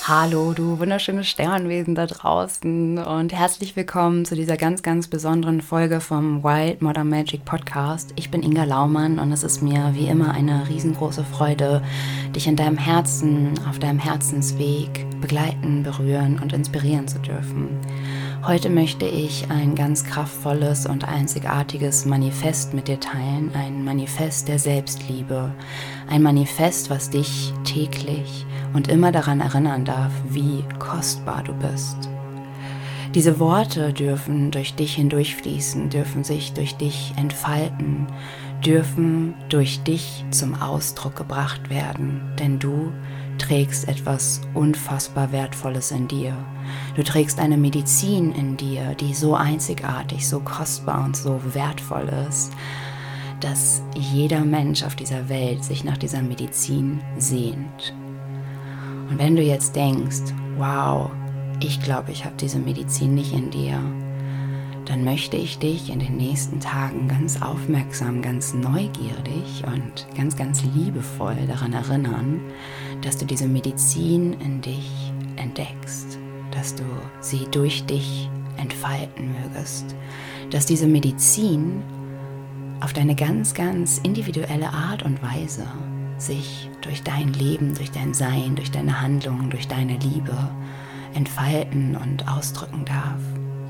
Hallo, du wunderschönes Sternwesen da draußen und herzlich willkommen zu dieser ganz, ganz besonderen Folge vom Wild Modern Magic Podcast. Ich bin Inga Laumann und es ist mir wie immer eine riesengroße Freude, dich in deinem Herzen, auf deinem Herzensweg begleiten, berühren und inspirieren zu dürfen. Heute möchte ich ein ganz kraftvolles und einzigartiges Manifest mit dir teilen, ein Manifest der Selbstliebe, ein Manifest, was dich täglich und immer daran erinnern darf, wie kostbar du bist. Diese Worte dürfen durch dich hindurchfließen, dürfen sich durch dich entfalten, dürfen durch dich zum Ausdruck gebracht werden, denn du trägst etwas unfassbar Wertvolles in dir. Du trägst eine Medizin in dir, die so einzigartig, so kostbar und so wertvoll ist, dass jeder Mensch auf dieser Welt sich nach dieser Medizin sehnt. Und wenn du jetzt denkst, wow, ich glaube, ich habe diese Medizin nicht in dir, dann möchte ich dich in den nächsten Tagen ganz aufmerksam, ganz neugierig und ganz, ganz liebevoll daran erinnern, dass du diese Medizin in dich entdeckst, dass du sie durch dich entfalten mögest, dass diese Medizin auf deine ganz, ganz individuelle Art und Weise sich durch dein Leben, durch dein Sein, durch deine Handlungen, durch deine Liebe entfalten und ausdrücken darf.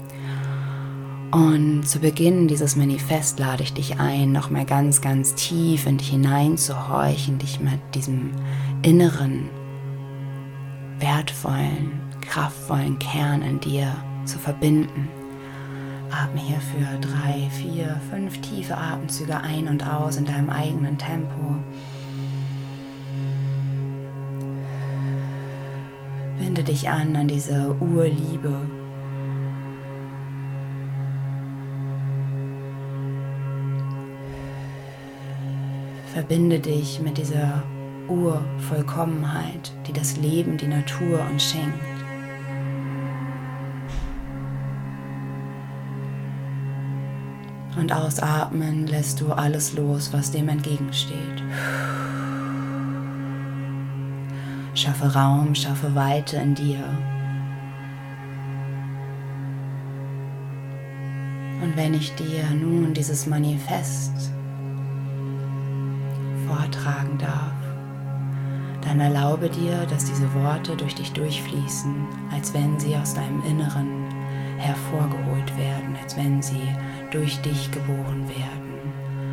Und zu Beginn dieses Manifest lade ich dich ein, nochmal ganz, ganz tief in dich hineinzuhorchen, dich mit diesem inneren, wertvollen, kraftvollen Kern in dir zu verbinden. Atme hier für 3, 4, 5 tiefe Atemzüge ein und aus in deinem eigenen Tempo. Binde dich an diese Urliebe. Verbinde dich mit dieser Urvollkommenheit, die das Leben, die Natur uns schenkt. Und ausatmen lässt du alles los, was dem entgegensteht. Schaffe Raum, schaffe Weite in dir. Und wenn ich dir nun dieses Manifest vortragen darf, dann erlaube dir, dass diese Worte durch dich durchfließen, als wenn sie aus deinem Inneren hervorgeholt werden, als wenn sie durch dich geboren werden.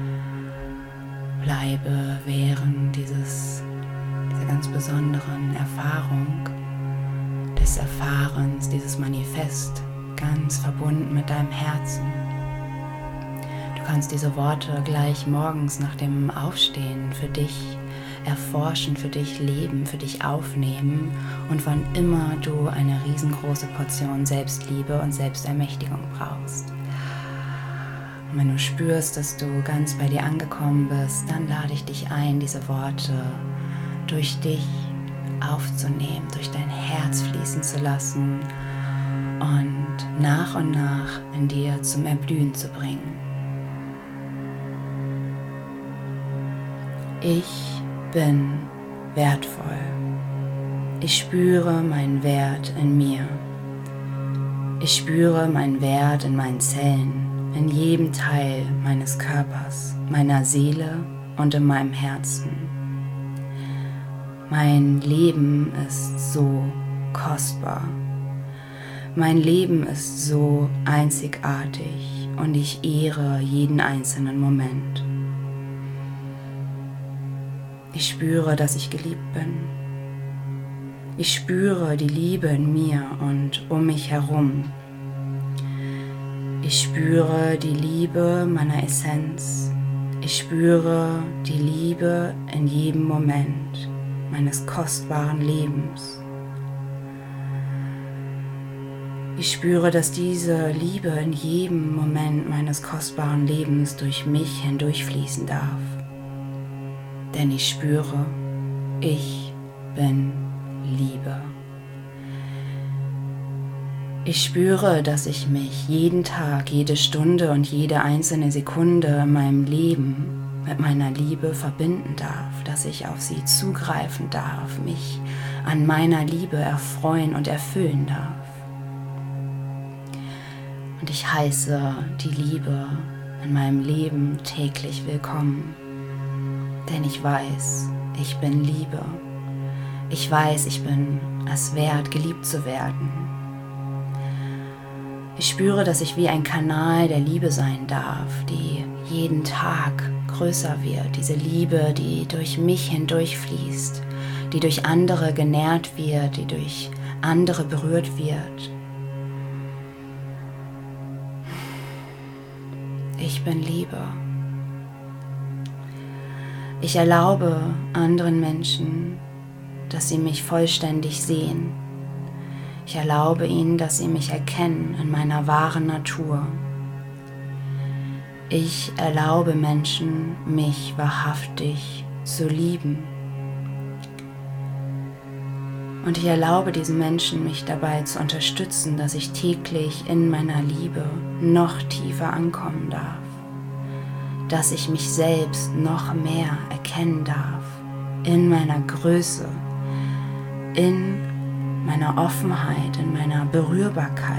Bleibe während dieser ganz besonderen Erfahrung, des Erfahrens, dieses Manifest, ganz verbunden mit deinem Herzen. Du kannst diese Worte gleich morgens nach dem Aufstehen für dich erforschen, für dich leben, für dich aufnehmen und wann immer du eine riesengroße Portion Selbstliebe und Selbstermächtigung brauchst. Und wenn du spürst, dass du ganz bei dir angekommen bist, dann lade ich dich ein, diese Worte durch dich aufzunehmen, durch dein Herz fließen zu lassen und nach in dir zum Erblühen zu bringen. Ich bin wertvoll. Ich spüre meinen Wert in mir. Ich spüre meinen Wert in meinen Zellen, in jedem Teil meines Körpers, meiner Seele und in meinem Herzen. Mein Leben ist so kostbar. Mein Leben ist so einzigartig und ich ehre jeden einzelnen Moment. Ich spüre, dass ich geliebt bin. Ich spüre die Liebe in mir und um mich herum. Ich spüre die Liebe meiner Essenz. Ich spüre die Liebe in jedem Moment meines kostbaren Lebens. Ich spüre, dass diese Liebe in jedem Moment meines kostbaren Lebens durch mich hindurchfließen darf. Denn ich spüre, ich bin Liebe. Ich spüre, dass ich mich jeden Tag, jede Stunde und jede einzelne Sekunde in meinem Leben mit meiner Liebe verbinden darf, dass ich auf sie zugreifen darf, mich an meiner Liebe erfreuen und erfüllen darf. Und ich heiße die Liebe in meinem Leben täglich willkommen, denn ich weiß, ich bin Liebe. Ich weiß, ich bin es wert, geliebt zu werden. Ich spüre, dass ich wie ein Kanal der Liebe sein darf, die jeden Tag größer wird. Diese Liebe, die durch mich hindurchfließt, die durch andere genährt wird, die durch andere berührt wird. Ich bin Liebe. Ich erlaube anderen Menschen, dass sie mich vollständig sehen. Ich erlaube ihnen, dass sie mich erkennen in meiner wahren Natur. Ich erlaube Menschen, mich wahrhaftig zu lieben. Und ich erlaube diesen Menschen, mich dabei zu unterstützen, dass ich täglich in meiner Liebe noch tiefer ankommen darf. Dass ich mich selbst noch mehr erkennen darf, in meiner Größe, in meiner Offenheit, in meiner Berührbarkeit.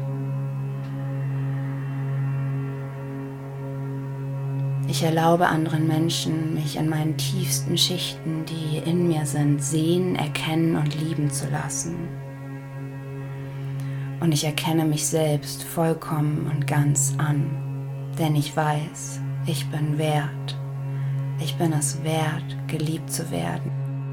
Ich erlaube anderen Menschen, mich in meinen tiefsten Schichten, die in mir sind, sehen, erkennen und lieben zu lassen. Und ich erkenne mich selbst vollkommen und ganz an, denn ich weiß, ich bin wert. Ich bin es wert, geliebt zu werden.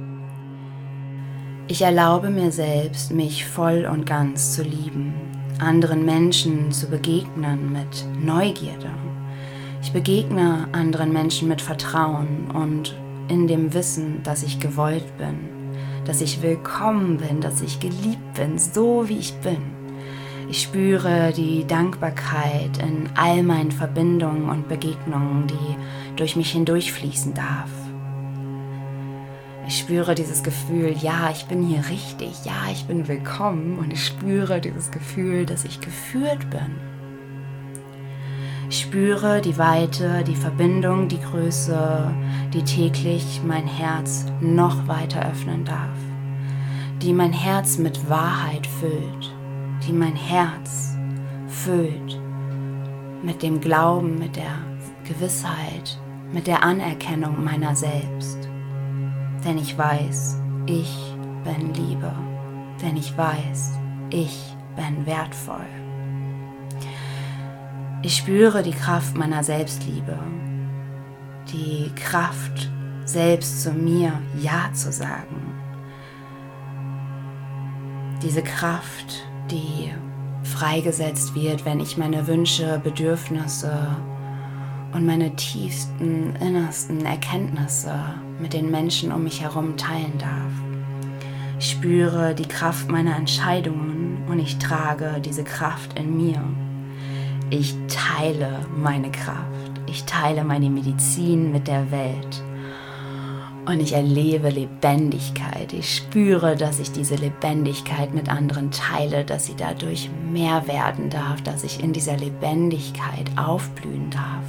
Ich erlaube mir selbst, mich voll und ganz zu lieben, anderen Menschen zu begegnen mit Neugierde. Ich begegne anderen Menschen mit Vertrauen und in dem Wissen, dass ich gewollt bin, dass ich willkommen bin, dass ich geliebt bin, so wie ich bin. Ich spüre die Dankbarkeit in all meinen Verbindungen und Begegnungen, die durch mich hindurchfließen darf. Ich spüre dieses Gefühl, ja, ich bin hier richtig, ja, ich bin willkommen, und ich spüre dieses Gefühl, dass ich geführt bin. Ich spüre die Weite, die Verbindung, die Größe, die täglich mein Herz noch weiter öffnen darf, die mein Herz mit Wahrheit füllt, die mein Herz füllt mit dem Glauben, mit der Gewissheit, mit der Anerkennung meiner selbst. Denn ich weiß, ich bin Liebe, denn ich weiß, ich bin wertvoll. Ich spüre die Kraft meiner Selbstliebe, die Kraft, selbst zu mir Ja zu sagen. Diese Kraft, die freigesetzt wird, wenn ich meine Wünsche, Bedürfnisse und meine tiefsten, innersten Erkenntnisse mit den Menschen um mich herum teilen darf. Ich spüre die Kraft meiner Entscheidungen und ich trage diese Kraft in mir. Ich teile meine Kraft, ich teile meine Medizin mit der Welt und ich erlebe Lebendigkeit. Ich spüre, dass ich diese Lebendigkeit mit anderen teile, dass sie dadurch mehr werden darf, dass ich in dieser Lebendigkeit aufblühen darf.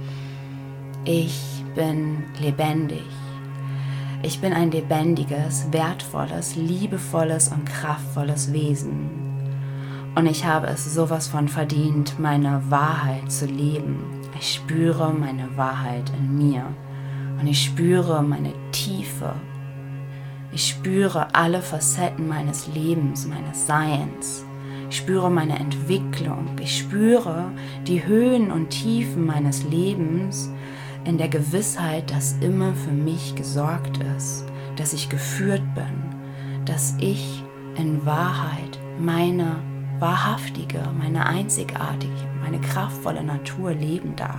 Ich bin lebendig. Ich bin ein lebendiges, wertvolles, liebevolles und kraftvolles Wesen. Und ich habe es sowas von verdient, meine Wahrheit zu leben. Ich spüre meine Wahrheit in mir. Und ich spüre meine Tiefe. Ich spüre alle Facetten meines Lebens, meines Seins. Ich spüre meine Entwicklung. Ich spüre die Höhen und Tiefen meines Lebens in der Gewissheit, dass immer für mich gesorgt ist, dass ich geführt bin, dass ich in Wahrheit meine wahrhaftige, meine einzigartige, meine kraftvolle Natur leben darf.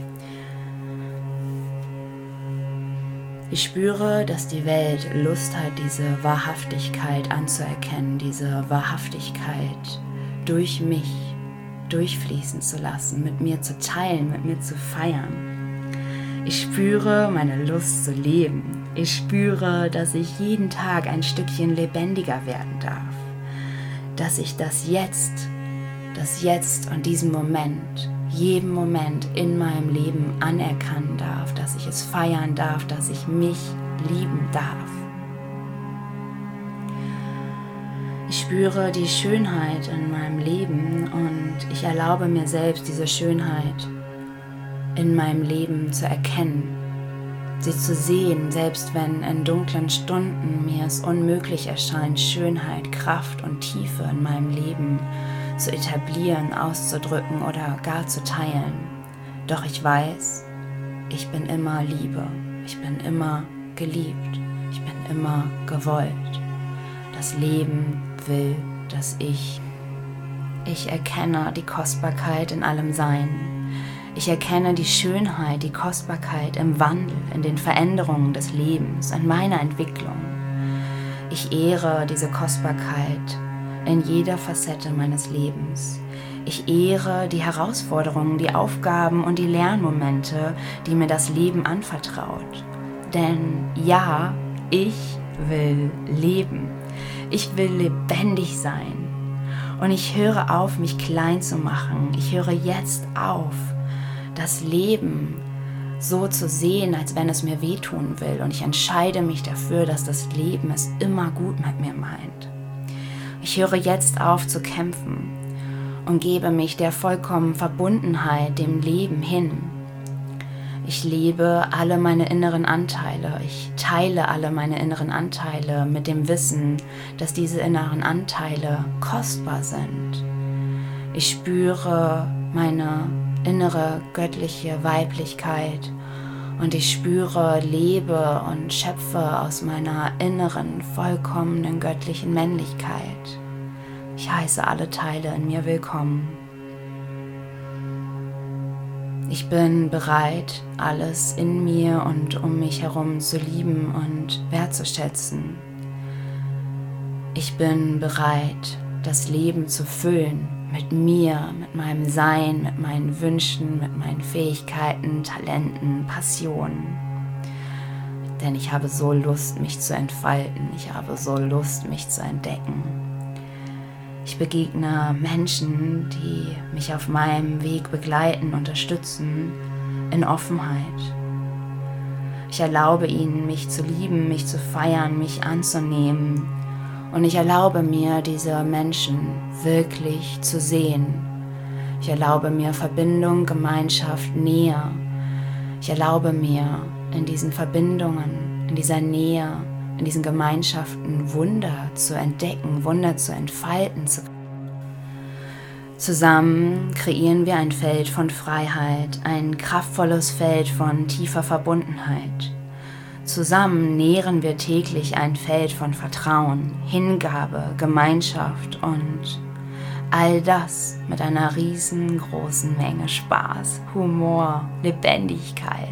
Ich spüre, dass die Welt Lust hat, diese Wahrhaftigkeit anzuerkennen, diese Wahrhaftigkeit durch mich durchfließen zu lassen, mit mir zu teilen, mit mir zu feiern. Ich spüre meine Lust zu leben. Ich spüre, dass ich jeden Tag ein Stückchen lebendiger werden darf. Dass ich das Jetzt und diesen Moment, jeden Moment in meinem Leben anerkennen darf, dass ich es feiern darf, dass ich mich lieben darf. Ich spüre die Schönheit in meinem Leben und ich erlaube mir selbst, diese Schönheit in meinem Leben zu erkennen, sie zu sehen, selbst wenn in dunklen Stunden mir es unmöglich erscheint, Schönheit, Kraft und Tiefe in meinem Leben zu etablieren, auszudrücken oder gar zu teilen. Doch ich weiß, ich bin immer Liebe, ich bin immer geliebt, ich bin immer gewollt. Das Leben will, dass ich erkenne die Kostbarkeit in allem Sein. Ich erkenne die Schönheit, die Kostbarkeit im Wandel, in den Veränderungen des Lebens, in meiner Entwicklung. Ich ehre diese Kostbarkeit in jeder Facette meines Lebens. Ich ehre die Herausforderungen, die Aufgaben und die Lernmomente, die mir das Leben anvertraut. Denn ja, ich will leben. Ich will lebendig sein. Und ich höre auf, mich klein zu machen. Ich höre jetzt auf, das Leben so zu sehen, als wenn es mir wehtun will. Und ich entscheide mich dafür, dass das Leben es immer gut mit mir meint. Ich höre jetzt auf zu kämpfen und gebe mich der vollkommenen Verbundenheit dem Leben hin. Ich lebe alle meine inneren Anteile. Ich teile alle meine inneren Anteile mit dem Wissen, dass diese inneren Anteile kostbar sind. Ich spüre meine innere göttliche Weiblichkeit und ich spüre, lebe und schöpfe aus meiner inneren, vollkommenen göttlichen Männlichkeit. Ich heiße alle Teile in mir willkommen. Ich bin bereit, alles in mir und um mich herum zu lieben und wertzuschätzen. Ich bin bereit, das Leben zu füllen mit mir, mit meinem Sein, mit meinen Wünschen, mit meinen Fähigkeiten, Talenten, Passionen. Denn ich habe so Lust, mich zu entfalten. Ich habe so Lust, mich zu entdecken. Ich begegne Menschen, die mich auf meinem Weg begleiten, unterstützen, in Offenheit. Ich erlaube ihnen, mich zu lieben, mich zu feiern, mich anzunehmen. Und ich erlaube mir, diese Menschen wirklich zu sehen. Ich erlaube mir Verbindung, Gemeinschaft, Nähe. Ich erlaube mir, in diesen Verbindungen, in dieser Nähe, in diesen Gemeinschaften Wunder zu entdecken, Wunder zu entfalten. Zusammen kreieren wir ein Feld von Freiheit, ein kraftvolles Feld von tiefer Verbundenheit. Zusammen nähren wir täglich ein Feld von Vertrauen, Hingabe, Gemeinschaft und all das mit einer riesengroßen Menge Spaß, Humor, Lebendigkeit.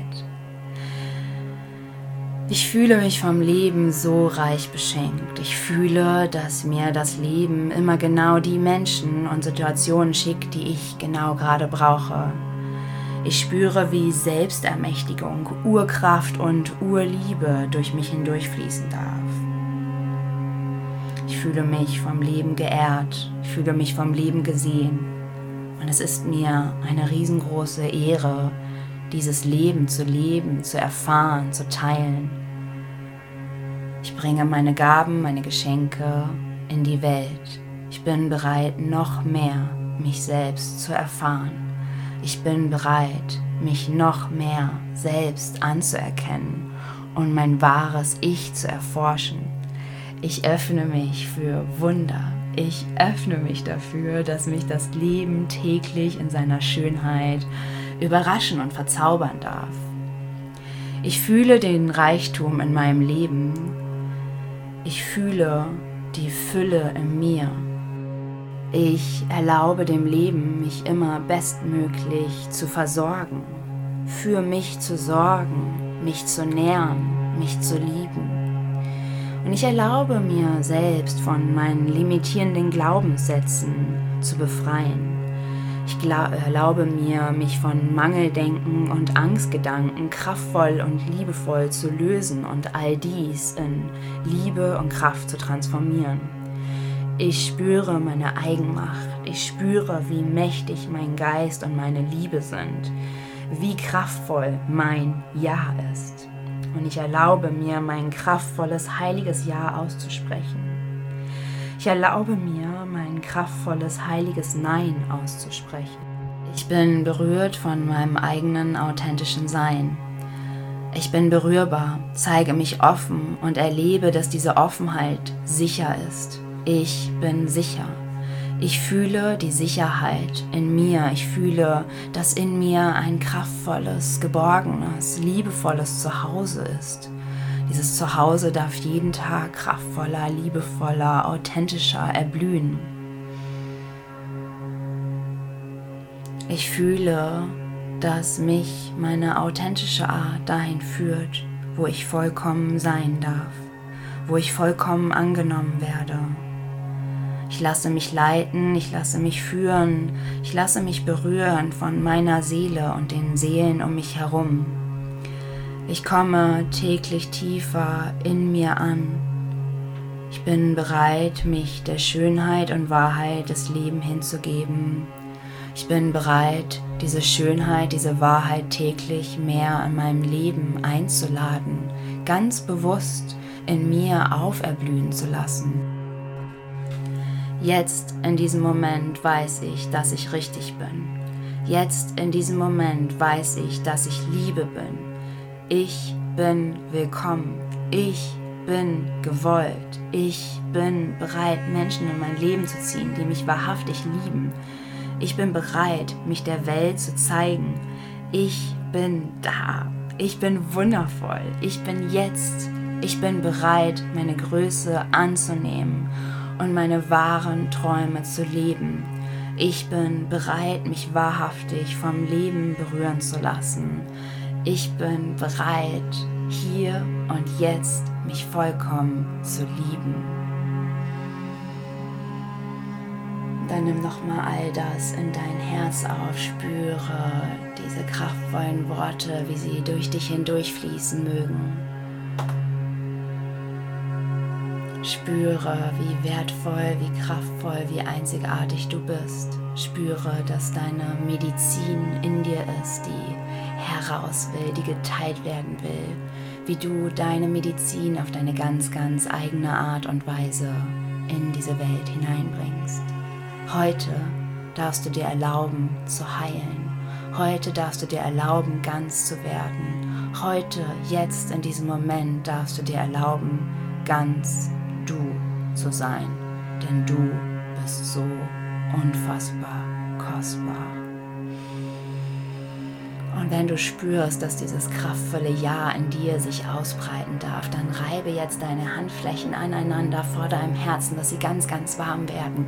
Ich fühle mich vom Leben so reich beschenkt. Ich fühle, dass mir das Leben immer genau die Menschen und Situationen schickt, die ich genau gerade brauche. Ich spüre, wie Selbstermächtigung, Urkraft und Urliebe durch mich hindurchfließen darf. Ich fühle mich vom Leben geehrt. Ich fühle mich vom Leben gesehen. Und es ist mir eine riesengroße Ehre, dieses Leben, zu erfahren, zu teilen. Ich bringe meine Gaben, meine Geschenke in die Welt. Ich bin bereit, noch mehr mich selbst zu erfahren. Ich bin bereit, mich noch mehr selbst anzuerkennen und mein wahres Ich zu erforschen. Ich öffne mich für Wunder. Ich öffne mich dafür, dass mich das Leben täglich in seiner Schönheit überraschen und verzaubern darf. Ich fühle den Reichtum in meinem Leben. Ich fühle die Fülle in mir. Ich erlaube dem Leben, mich immer bestmöglich zu versorgen, für mich zu sorgen, mich zu nähren, mich zu lieben. Und ich erlaube mir selbst von meinen limitierenden Glaubenssätzen zu befreien. Ich erlaube mir, mich von Mangeldenken und Angstgedanken kraftvoll und liebevoll zu lösen und all dies in Liebe und Kraft zu transformieren. Ich spüre meine Eigenmacht. Ich spüre, wie mächtig mein Geist und meine Liebe sind, wie kraftvoll mein Ja ist. Und ich erlaube mir, mein kraftvolles, heiliges Ja auszusprechen. Ich erlaube mir, mein kraftvolles, heiliges Nein auszusprechen. Ich bin berührt von meinem eigenen authentischen Sein. Ich bin berührbar, zeige mich offen und erlebe, dass diese Offenheit sicher ist. Ich bin sicher. Ich fühle die Sicherheit in mir. Ich fühle, dass in mir ein kraftvolles, geborgenes, liebevolles Zuhause ist. Dieses Zuhause darf jeden Tag kraftvoller, liebevoller, authentischer erblühen. Ich fühle, dass mich meine authentische Art dahin führt, wo ich vollkommen sein darf, wo ich vollkommen angenommen werde. Ich lasse mich leiten, ich lasse mich führen, ich lasse mich berühren von meiner Seele und den Seelen um mich herum. Ich komme täglich tiefer in mir an. Ich bin bereit, mich der Schönheit und Wahrheit des Lebens hinzugeben. Ich bin bereit, diese Schönheit, diese Wahrheit täglich mehr in meinem Leben einzuladen, ganz bewusst in mir auferblühen zu lassen. Jetzt, in diesem Moment, weiß ich, dass ich richtig bin. Jetzt, in diesem Moment, weiß ich, dass ich Liebe bin. Ich bin willkommen. Ich bin gewollt. Ich bin bereit, Menschen in mein Leben zu ziehen, die mich wahrhaftig lieben. Ich bin bereit, mich der Welt zu zeigen. Ich bin da. Ich bin wundervoll. Ich bin jetzt. Ich bin bereit, meine Größe anzunehmen und meine wahren Träume zu leben. Ich bin bereit, mich wahrhaftig vom Leben berühren zu lassen. Ich bin bereit, hier und jetzt mich vollkommen zu lieben. Dann nimm nochmal all das in dein Herz auf, spüre diese kraftvollen Worte, wie sie durch dich hindurchfließen mögen. Spüre, wie wertvoll, wie kraftvoll, wie einzigartig du bist. Spüre, dass deine Medizin in dir ist, die heraus will, die geteilt werden will. Wie du deine Medizin auf deine ganz, ganz eigene Art und Weise in diese Welt hineinbringst. Heute darfst du dir erlauben zu heilen. Heute darfst du dir erlauben, ganz zu werden. Heute, jetzt, in diesem Moment darfst du dir erlauben, ganz du zu sein, denn du bist so unfassbar kostbar. Und wenn du spürst, dass dieses kraftvolle Ja in dir sich ausbreiten darf, dann reibe jetzt deine Handflächen aneinander vor deinem Herzen, dass sie ganz, ganz warm werden.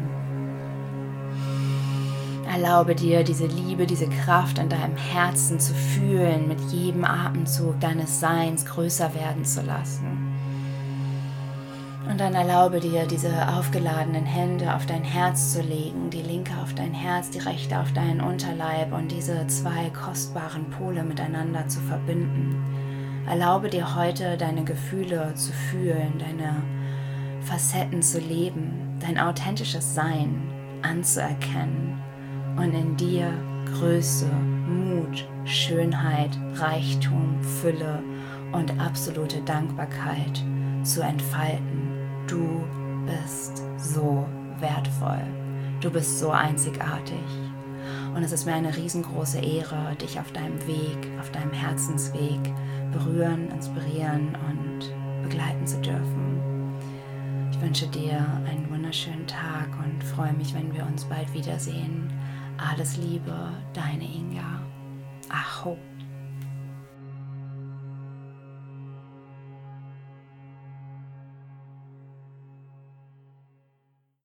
Erlaube dir, diese Liebe, diese Kraft in deinem Herzen zu fühlen, mit jedem Atemzug deines Seins größer werden zu lassen. Und dann erlaube dir, diese aufgeladenen Hände auf dein Herz zu legen, die linke auf dein Herz, die rechte auf deinen Unterleib und diese zwei kostbaren Pole miteinander zu verbinden. Erlaube dir heute, deine Gefühle zu fühlen, deine Facetten zu leben, dein authentisches Sein anzuerkennen und in dir Größe, Mut, Schönheit, Reichtum, Fülle und absolute Dankbarkeit zu entfalten. Du bist so wertvoll. Du bist so einzigartig. Und es ist mir eine riesengroße Ehre, dich auf deinem Weg, auf deinem Herzensweg berühren, inspirieren und begleiten zu dürfen. Ich wünsche dir einen wunderschönen Tag und freue mich, wenn wir uns bald wiedersehen. Alles Liebe, deine Inga. Aho.